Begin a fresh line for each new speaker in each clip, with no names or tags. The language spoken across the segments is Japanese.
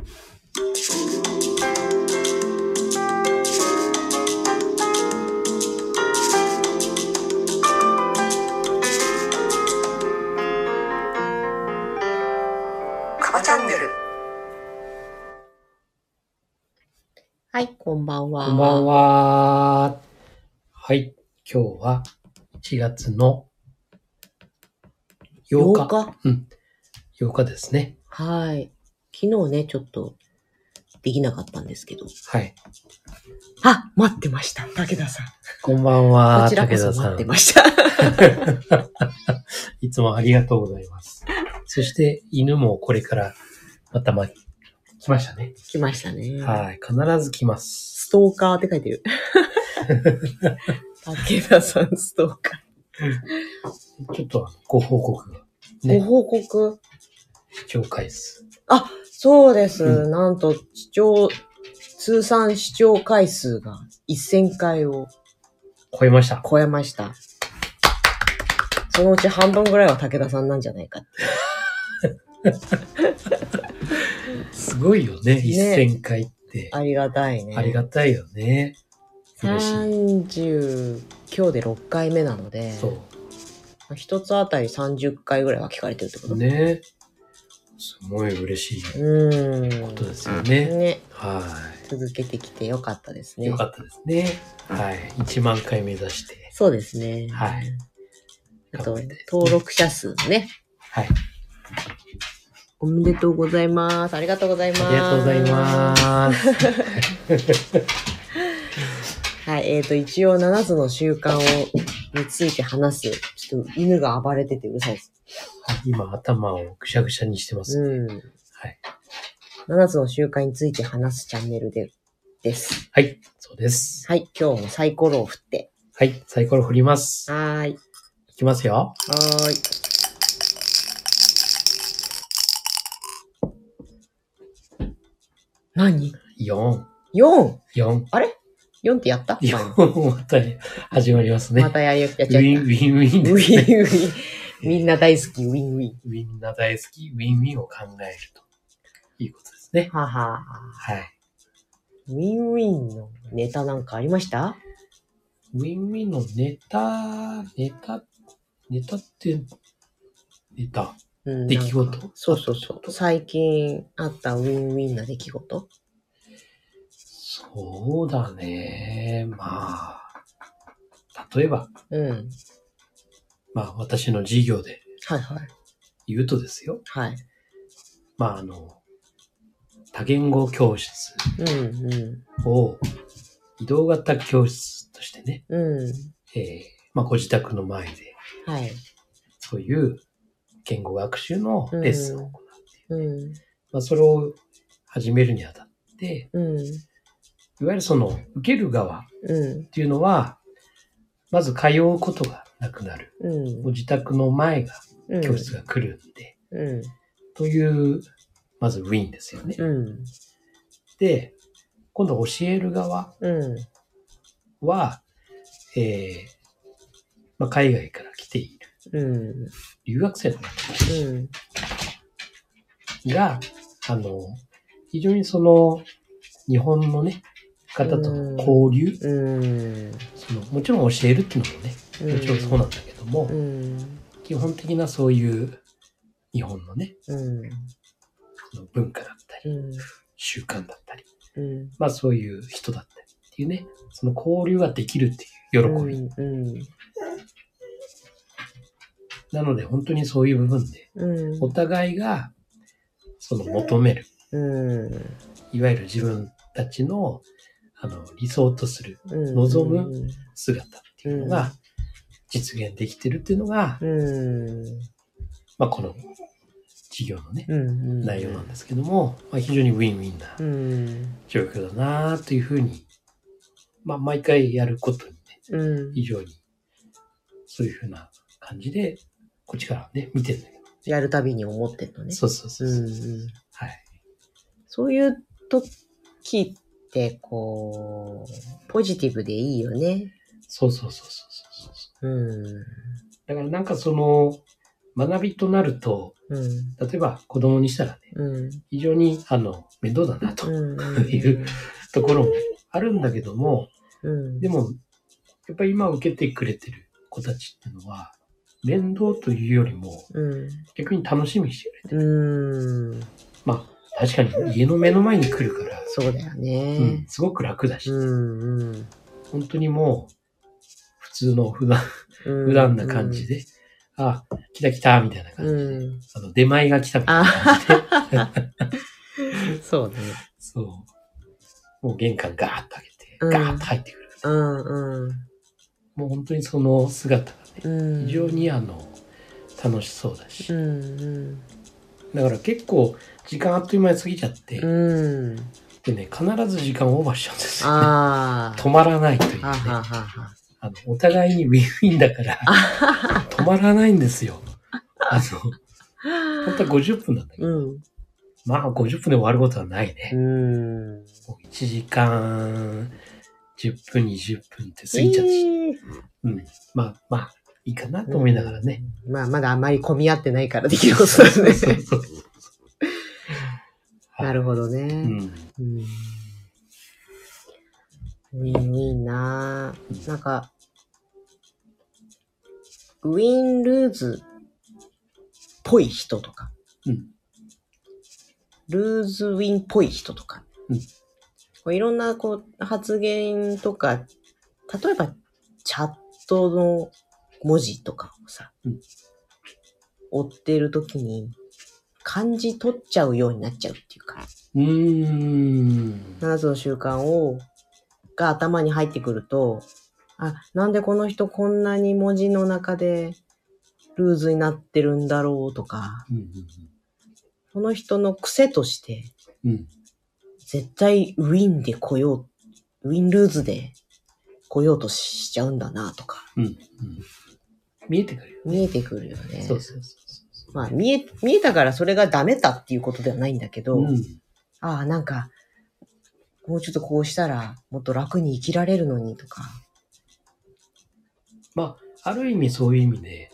カバチャンネル。
はい、こんばんは。
こんばんは。はい、今日は1月の8日。
8日？
うん。8日ですね。
はい。昨日ね、ちょっとできなかったんですけど。
はい。
あ、待ってました。武田さん。
こんばんは、
こちらこそ待ってました。
いつもありがとうございます。そして犬もこれからまた来ましたね。
来ましたね。
はい、必ず来ます。
ストーカーって書いてる。武田さんストーカ
ー。ちょっとご報告が、
ね。ご報告？
視聴回数。
あ、そうです。なんと通算視聴回数が1000回を
超えました。
超えました。そのうち半分ぐらいは武田さんなんじゃないかって。
すごいよね、1000回って。
ありがたいね。
ありがたいよね。
30、今日で6回目なので、
そう。
一つあたり30回ぐらいは聞かれてるってこと
ね。すごい嬉しいことですよね。
ね。
はい。
続けてきてよかったですね。
よかったですね。はい。1万回目指して。
そうですね。
はい。
あと、登録者数ね。
はい。
おめでとうございます。ありがとうございます。
ありがとうございます。
はい。一応7つの習慣について話す。ちょっと犬が暴れててうるさいです。
はい、今頭をぐしゃぐしゃにしてますね。はい。
7つの習慣について話すチャンネルです。
はい。そうです。
はい。今日もサイコロを振って。
はい。サイコロ振ります。
はい。
いきますよ。
はい。何？
4。
4。あれ ?4 ってやった？
4また始まりますね。
またやっちゃった。
ウィンウィンウィン、
ね。ウィンウィン。みんな大好き、ウィンウィン。
みんな大好き、ウィンウィンを考えるということですね。
はは。
はい。
ウィンウィンのネタなんかありました？
ウィンウィンのネタ出来事？
そう。最近あったウィンウィンな出来事？
そうだね。まあ、例えば、まあ私の授業で言うとですよ。
はい。
まあ多言語教室を移動型教室としてね、まあご自宅の前で、そういう言語学習のレッスンを行うっていうね。まあそれを始めるにあたって、いわゆるその受ける側っていうのは、まず通うことがなくなる。ご自宅の前が教室が来るんで、という、まずウィンですよね。で、今度教える側は、まあ、海外から来ている留学生の方が、非常にその日本のね、方との交流、もちろん教えるっていうのもね、もちろんそうなんだけども、基本的なそういう日本のね、その文化だったり、習慣だったり、まあそういう人だったりっていうね、その交流ができるっていう喜び。なので本当にそういう部分で、お互いがその求める、いわゆる自分たちの理想とする、望む姿っていうのが実現できてるっていうのが、まあこの授業のね、内容なんですけども、まあ、非常にウィンウィンな状況だなというふうに、まあ毎回やることにね、非常にそういうふうな感じで、こっちからね、見てるんだけど。
やるたびに思ってるのね。
そう。はい。
そういう時って、こう、ポジティブでいいよね。
そう。だからなんかその、 学びとなると、例えば子供にしたらね、非常に面倒だなというところもあるんだけども、でも、やっぱり今受けてくれてる子たちっていうのは、面倒というよりも、逆に楽しみにしてくれてる。まあ、確かに家の目の前に来るから、
そうだよね。
すごく楽だし、本当にもう、普通の普段な感じで、あ、来た来た、みたいな感じで、出前が来たみたいな感じで。
そうね。
そう。もう玄関ガーッと開けて、ガーッと入ってくる。もう本当にその姿がね、非常に楽しそうだし。だから結構時間あっという間に過ぎちゃって、でね、必ず時間オーバーしちゃうんですよ、ね。止まらないというね。お互いにウィンウィンだから、止まらないんですよ。本当は50分なんだけど、まあ50分で終わることはないね。1時間10分、20分って過ぎちゃって、まあ、いいかなと思いながらね。
まあ、まだあんまり混み合ってないからできることですね。そうなるほどね。ウィンウィンなぁ。なんか、ウィンルーズっぽい人とか、ルーズウィンっぽい人とか、いろんな発言とか、例えばチャットの文字とかをさ、追ってるときに感じ取っちゃうようになっちゃうっていうか、7つの習慣が頭に入ってくると、なんでこの人こんなに文字の中でルーズになってるんだろうとか、この人の癖として、絶対ウィンルーズで来ようとしちゃうんだなとか。
見えてくるよね。
見えてくるよね。
そう。
まあ見えたからそれがダメだっていうことではないんだけど、なんか、もうちょっとこうしたらもっと楽に生きられるのにとか。
まあ、ある意味そういう意味で、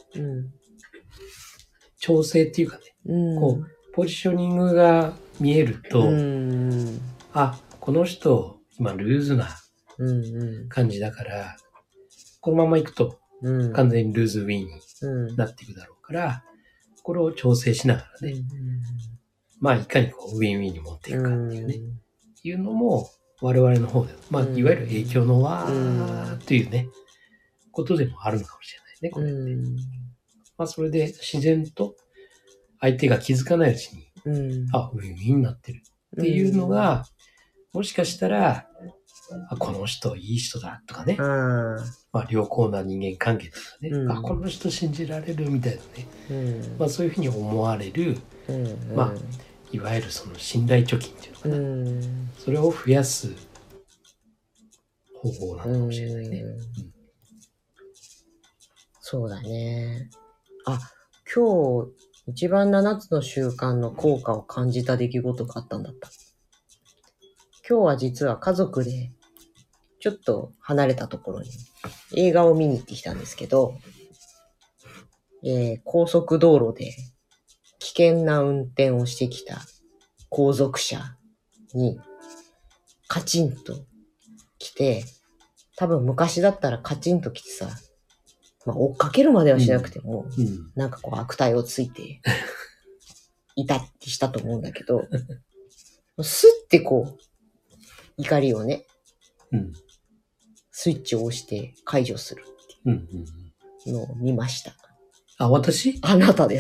調整っていうかね、ポジショニングが見えると、この人、今ルーズな感じだから、このまま行くと完全にルーズウィンになっていくだろうから、これを調整しながらね、まあいかにウィンウィンに持っていくかっていうね、いうのも我々の方で、まあいわゆる影響の輪っていうね、ことでもあるのかもしれないね、これって。まあそれで自然と相手が気づかないうちに、ウィンウィンになってるっていうのが、もしかしたら、この人いい人だとかね、まあ良好な人間関係とかね、この人信じられるみたいなね、まあそういうふうに思われる、まあいわゆるその信頼貯金っていうのかな、それを増やす方法なのかもしれないね。
そうだね。今日一番7つの習慣の効果を感じた出来事があったんだった。今日は実は家族でちょっと離れたところに映画を見に行ってきたんですけど、高速道路で危険な運転をしてきた後続車にカチンと来て、多分昔だったらカチンと来てさ、まあ追っかけるまではしなくても、なんか悪態をついていたってしたと思うんだけど、スッて怒りをね、スイッチを押して解除するっていうのを見ました。
私？
あなたです。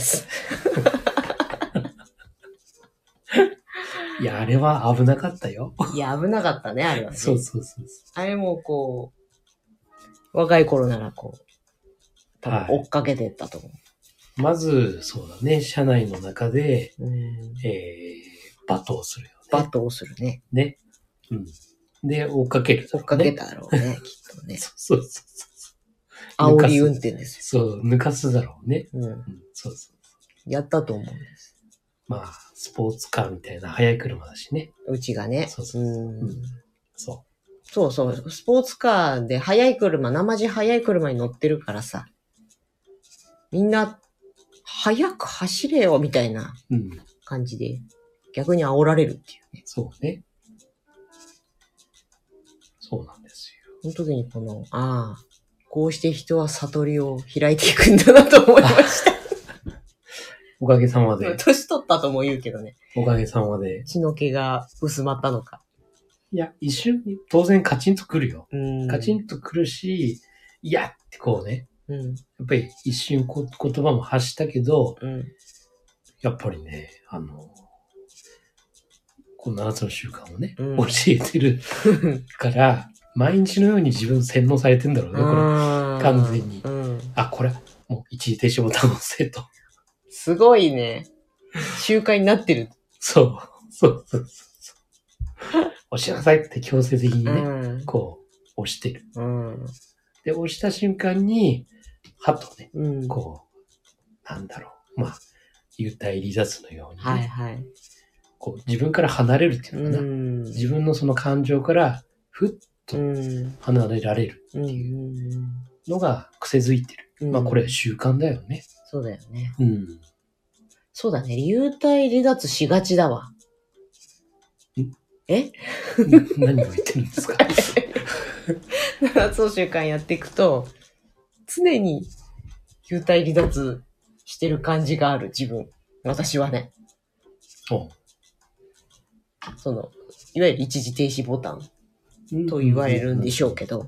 いや、あれは危なかったよ。
いや、危なかったね、あれはね。
そう。
あれも若い頃なら多分追っかけてったと思う。
まず、そうだね、車内の中で、罵倒するよね。
罵倒するね。
ね。で、追っかける、
追っかけただろうね、きっとね。
そう。
煽り運転です
よ。そう、抜かすだろうね。そう。
やったと思うんです。
まあ、スポーツカーみたいな速い車だしね。
うちがね。
そう。
スポーツカーで生地速い車に乗ってるからさ。みんな、 早く走れよみたいな感じで、逆に煽られるっていうね。
そうね。そうなんです
よ。その時にこうして人は悟りを開いていくんだなと思いました。
おかげさまで。
年取ったとも言うけどね。
おかげさまで。
血の気が薄まったのか。
いや、一瞬、当然カチンとくるよ。カチンとくるし、いやってこうね。やっぱり一瞬言葉も発したけど、やっぱりね、この7つの習慣をね、教えてるから、毎日のように自分洗脳されてんだろうね、これ。完全に。これ、もう一時停止ボタンを押せと。
すごいね。習慣になってる。
そう。押しなさいって強制的にね、こう、押してる。で、押した瞬間に、はとね、こう、なんだろう。まあ、幽体離脱のようにね、こう自分から離れるっていうのかな。自分のその感情から、ふっと離れられるっていうのが癖づいてる。まあ、これ習慣だよね。
そうだよね。そうだね。幽体離脱しがちだわ。
何を言ってるんですか
7つの習慣やっていくと、常に幽体離脱してる感じがある自分。私はね。いわゆる一時停止ボタンと言われるんでしょうけど、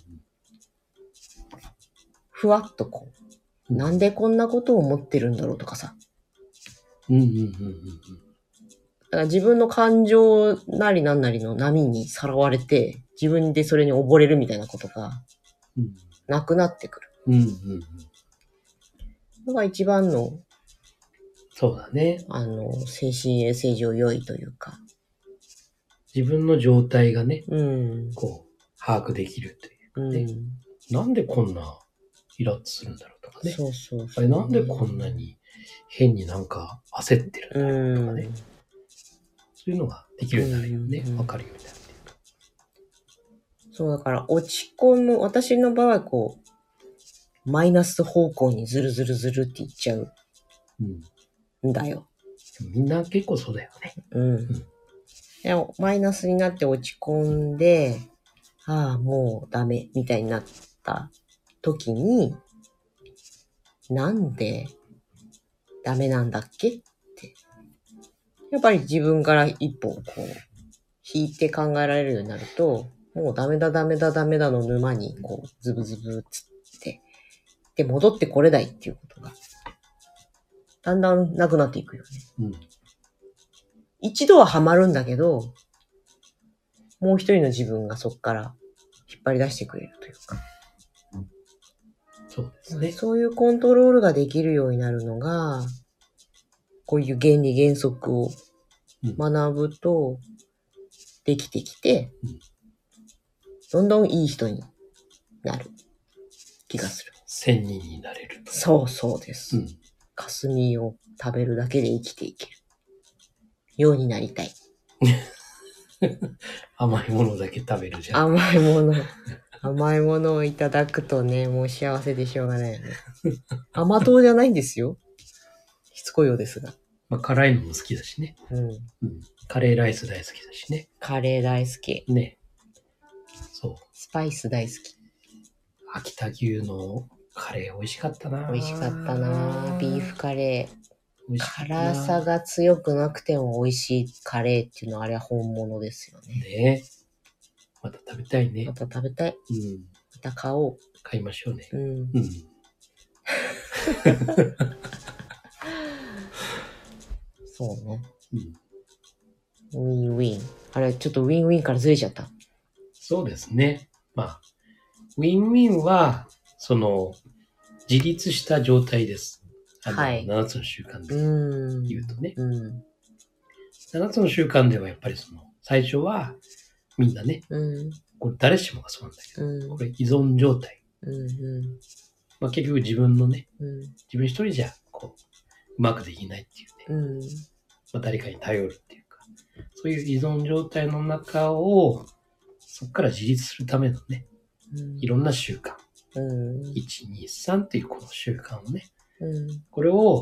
ふわっとこう、なんでこんなことを思ってるんだろうとかさ。だから自分の感情なりなんなりの波にさらわれて、自分でそれに溺れるみたいなことがなくなってくる。のが一番の、
そうだね。
精神衛生上良いというか。
自分の状態がね、こう、把握できるというかね。なんでこんなイラッとするんだろうとかね。あれなんでこんなに変になんか焦ってるんだろうとかね。そういうのができるようになるよね。わかるようになるっていうか。
そう、だから落ち込む、私の場合はこう、マイナス方向にズルズルズルっていっちゃうんだよ。
みんな結構そうだよね。
でもマイナスになって落ち込んで、もうダメみたいになった時に、なんでダメなんだっけって。やっぱり自分から一歩こう、引いて考えられるようになると、もうダメだの沼にこう、ズブズブつって、で、戻ってこれないっていうことが、だんだんなくなっていくよね。一度はハマるんだけど、もう一人の自分がそこから引っ張り出してくれるというか。
そうですね。
そういうコントロールができるようになるのが、こういう原理原則を学ぶとできてきて、どんどんいい人になる気がする。
仙人になれると。
そうです。霞を食べるだけで生きていけるようになりたい。
甘いものだけ食べるじゃん。
甘いものをいただくとね、もう幸せでしょうがないよね。甘党じゃないんですよ。しつこいようですが。
まあ、辛いのも好きだしね。カレーライス大好きだしね。
カレー大好き。
ね。そう。
スパイス大好き。
秋田牛のカレー美味しかったな。
美味しかったな。ビーフカレー。辛さが強くなくても美味しいカレーっていうのはあれは本物ですよね。
ね。また食べたいね。
また食べたい。また買おう。
買いましょうね。
そうね。ウィンウィン。あれ、ちょっとウィンウィンからずれちゃった。
そうですね。まあ、ウィンウィンは、自立した状態です。7つの習慣で言うとね。7つの習慣ではやっぱり最初は、みんなね、これ誰しもがそうなんだけど、これ依存状態。まあ結局自分のね、自分一人じゃ、こう、うまくできないっていうね。まあ誰かに頼るっていうか、そういう依存状態の中を、そこから自立するためのね、いろんな習慣。1、2、3っていうこの習慣をね、これを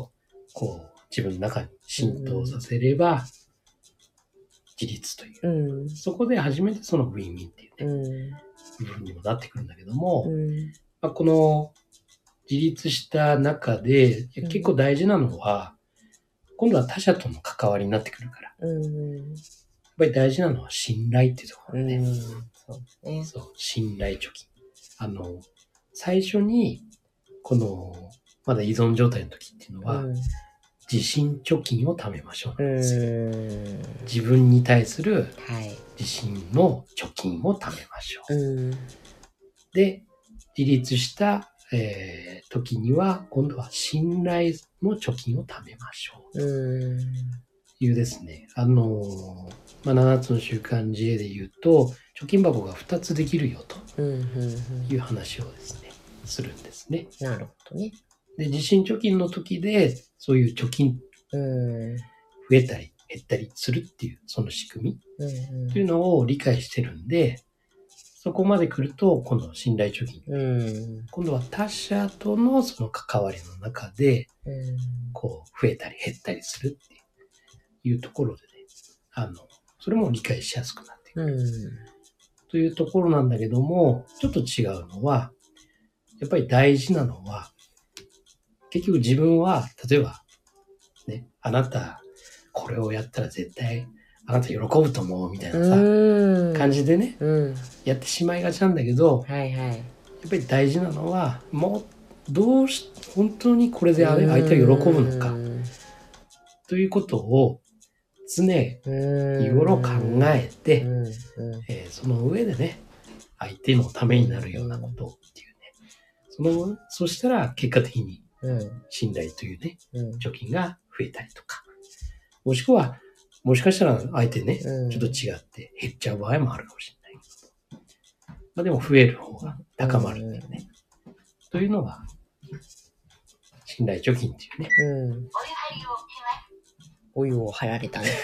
こう、自分の中に浸透させれば、自立という。そこで初めてそのウィンウィンっていうね、部分にもなってくるんだけども、まあ、この自立した中で、結構大事なのは、今度は他者との関わりになってくるから。やっぱり大事なのは信頼っていうところね。
そうね。
そう、信頼貯金。最初に、この、まだ依存状態の時っていうのは、自信貯金を貯めましょうなんですよ。自分に対する自信の貯金を貯めましょう。で、自立した、時には、今度は信頼の貯金を貯めましょう。というですね。まあ、7つの習慣自営で言うと、貯金箱が2つできるよという話をですね、するんですね。
なるほどね。
で、自信貯金の時で、そういう貯金、増えたり減ったりするっていう、その仕組みというのを理解してるんで、そこまで来ると、今度は信頼貯金。今度は他者とのその関わりの中で、こう、増えたり減ったりするっていうところでね、それも理解しやすくなってくる。というところなんだけども、ちょっと違うのは、やっぱり大事なのは、結局自分は、例えば、ね、あなた、これをやったら絶対、あなた喜ぶと思うみたいなさ、感じでね、やってしまいがちなんだけど、やっぱり大事なのは、もう、本当にこれで相手は喜ぶのか、ということを常日頃考えて、その上でね、相手のためになるようなことっていうね、そしたら結果的に信頼というね、貯金が増えたりとか、もしかしたら相手ね、ちょっと違って減っちゃう場合もあるかもしれないけど、まあでも増える方が高まるんだよね。というのが、信頼貯金っていうね。
お湯を張られたね。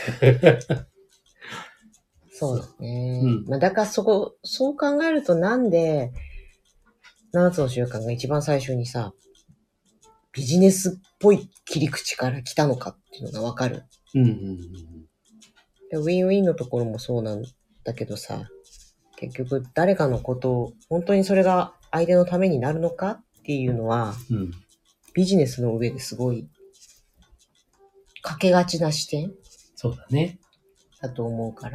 そうだね。まあだからそう考えるとなんで、7つの習慣が一番最初にさ、ビジネスっぽい切り口から来たのかっていうのがわかる。でウィンウィンのところもそうなんだけどさ、結局誰かのことを本当にそれが相手のためになるのかっていうのは、ビジネスの上ですごいかけがちな視点
そうだね。
だと思うから、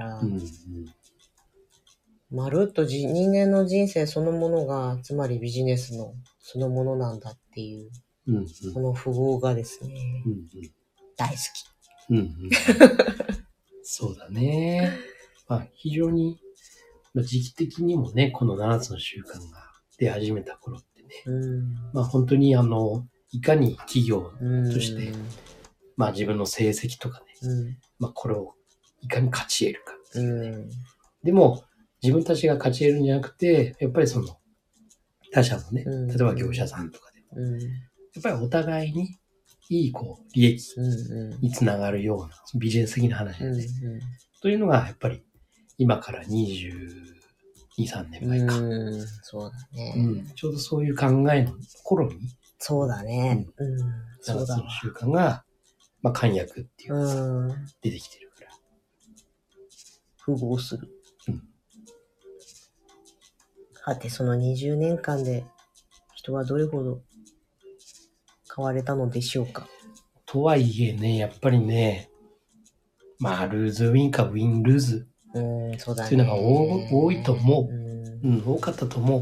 まるっと人間の人生そのものが、つまりビジネスのそのものなんだっていう、この符号がですね、大好き。
そうだね。まあ非常に、時期的にもね、この7つの習慣が出始めた頃ってね、まあ本当にいかに企業として、まあ自分の成績とかね、まあこれをいかに勝ち得るかっていうね。でも自分たちが勝ち得るんじゃなくて、やっぱりその他社のね、例えば業者さんとかでも、やっぱりお互いにいい利益につながるようなビジネス的な話でね、というのがやっぱり今から22、3年前か。
そうだね、
ちょうどそういう考えの頃に。
そうだね。
7つの習慣が、まあ、簡約っていうか出てきてるから。
符合する。はて、その20年間で人はどれほど変われたのでしょうか。
とはいえね、やっぱりね、まあ、ルーズウィンかウィンルーズ。
そうだね。
っていうのが多いと思う。多かったと思う。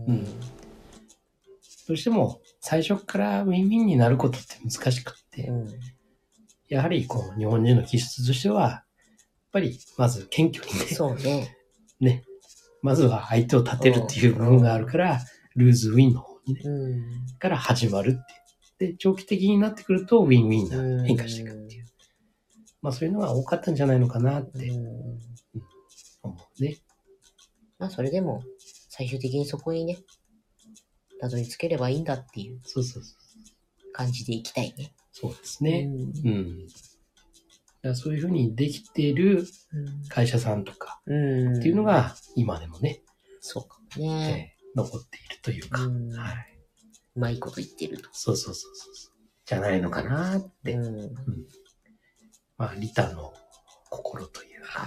どうしても最初からウィンウィンになることって難しくって、やはり日本人の気質としては、やっぱりまず謙虚にね、
そうね。
ね、まずは相手を立てるっていう部分があるから、ルーズウィンの方にね、から始まるっていう。で、長期的になってくるとウィンウィンな変化していくっていう。まあそういうのが多かったんじゃないのかなって思うね。
まあそれでも最終的にそこにね、たどり着ければいいんだっていう感じでいきたいね。
そうですね。だからそういうふうにできている会社さんとかっていうのが今でもね、
そうかもね、
残っているというか、
うまいこと言ってると。
そう。 じゃないのかなって。まあ、利他の心という。
はい。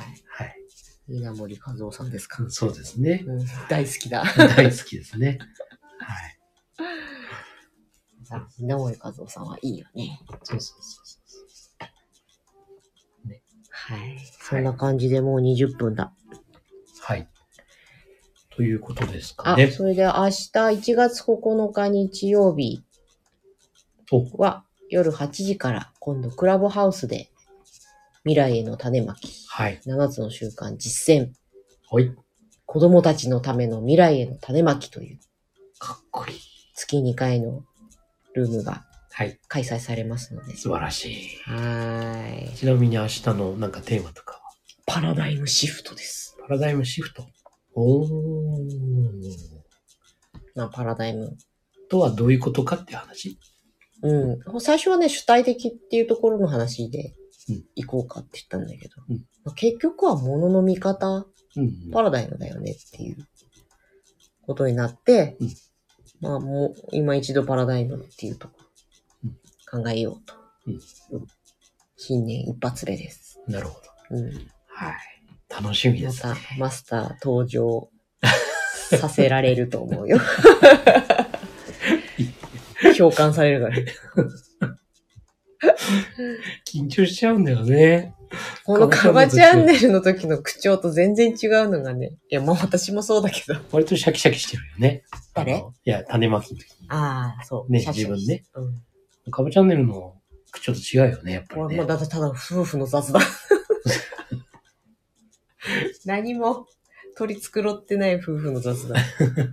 稲森和夫さんですか。
そうですね。
大好きだ。
大好きですね。はい。
稲森和夫さんはいいよね。
そう。
ね。はい。そんな感じでもう20分だ。
はい。ということですかね。
それで明日1月9日日曜日は夜8時から今度クラブハウスで未来への種まき。
はい。
7つの習慣実践。
はい。
子供たちのための未来への種まきという。
かっこいい。
月2回のルームが開催されますので。
素晴らしい。
はい。
ちなみに明日のなんかテーマとかは
パラダイムシフトです。
パラダイムシフト。
パラダイム。
とはどういうことかっていう話？
最初はね、主体的っていうところの話で行こうかって言ったんだけど、結局は物の見方、パラダイムだよねっていうことになって、もう今一度パラダイムっていうところ、考えようと。新年一発目です。
なるほど。はい。楽しみですね。
またマスター登場させられると思うよ。共感されるから。
緊張しちゃうんだよね。
このカバチャンネルの時の口調と全然違うのがね。いや、私もそうだけど。
割とシャキシャキしてるよね。
誰？
いや、種まきの時に。
そう。
ね、自分ね。カバチャンネルの口調と違うよね、やっぱりね。
だってただ夫婦の雑談。何も取り繕ってない夫婦の雑談。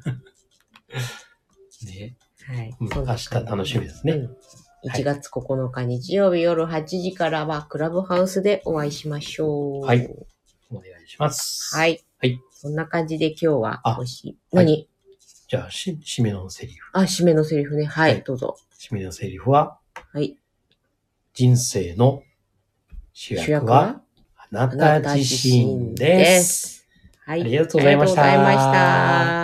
ね。
はい。
明日楽しみですね。
1月9日日曜日夜8時からはクラブハウスでお会いしましょう。
はい。お願いします。
はい。そんな感じで今日は
何？じゃあ、締めのセリフ。
締めのセリフね。はい、どうぞ。
締めのセリフは、人生の主役はあなた自身です。
はい。
ありがとうございました。
ありがとうございました。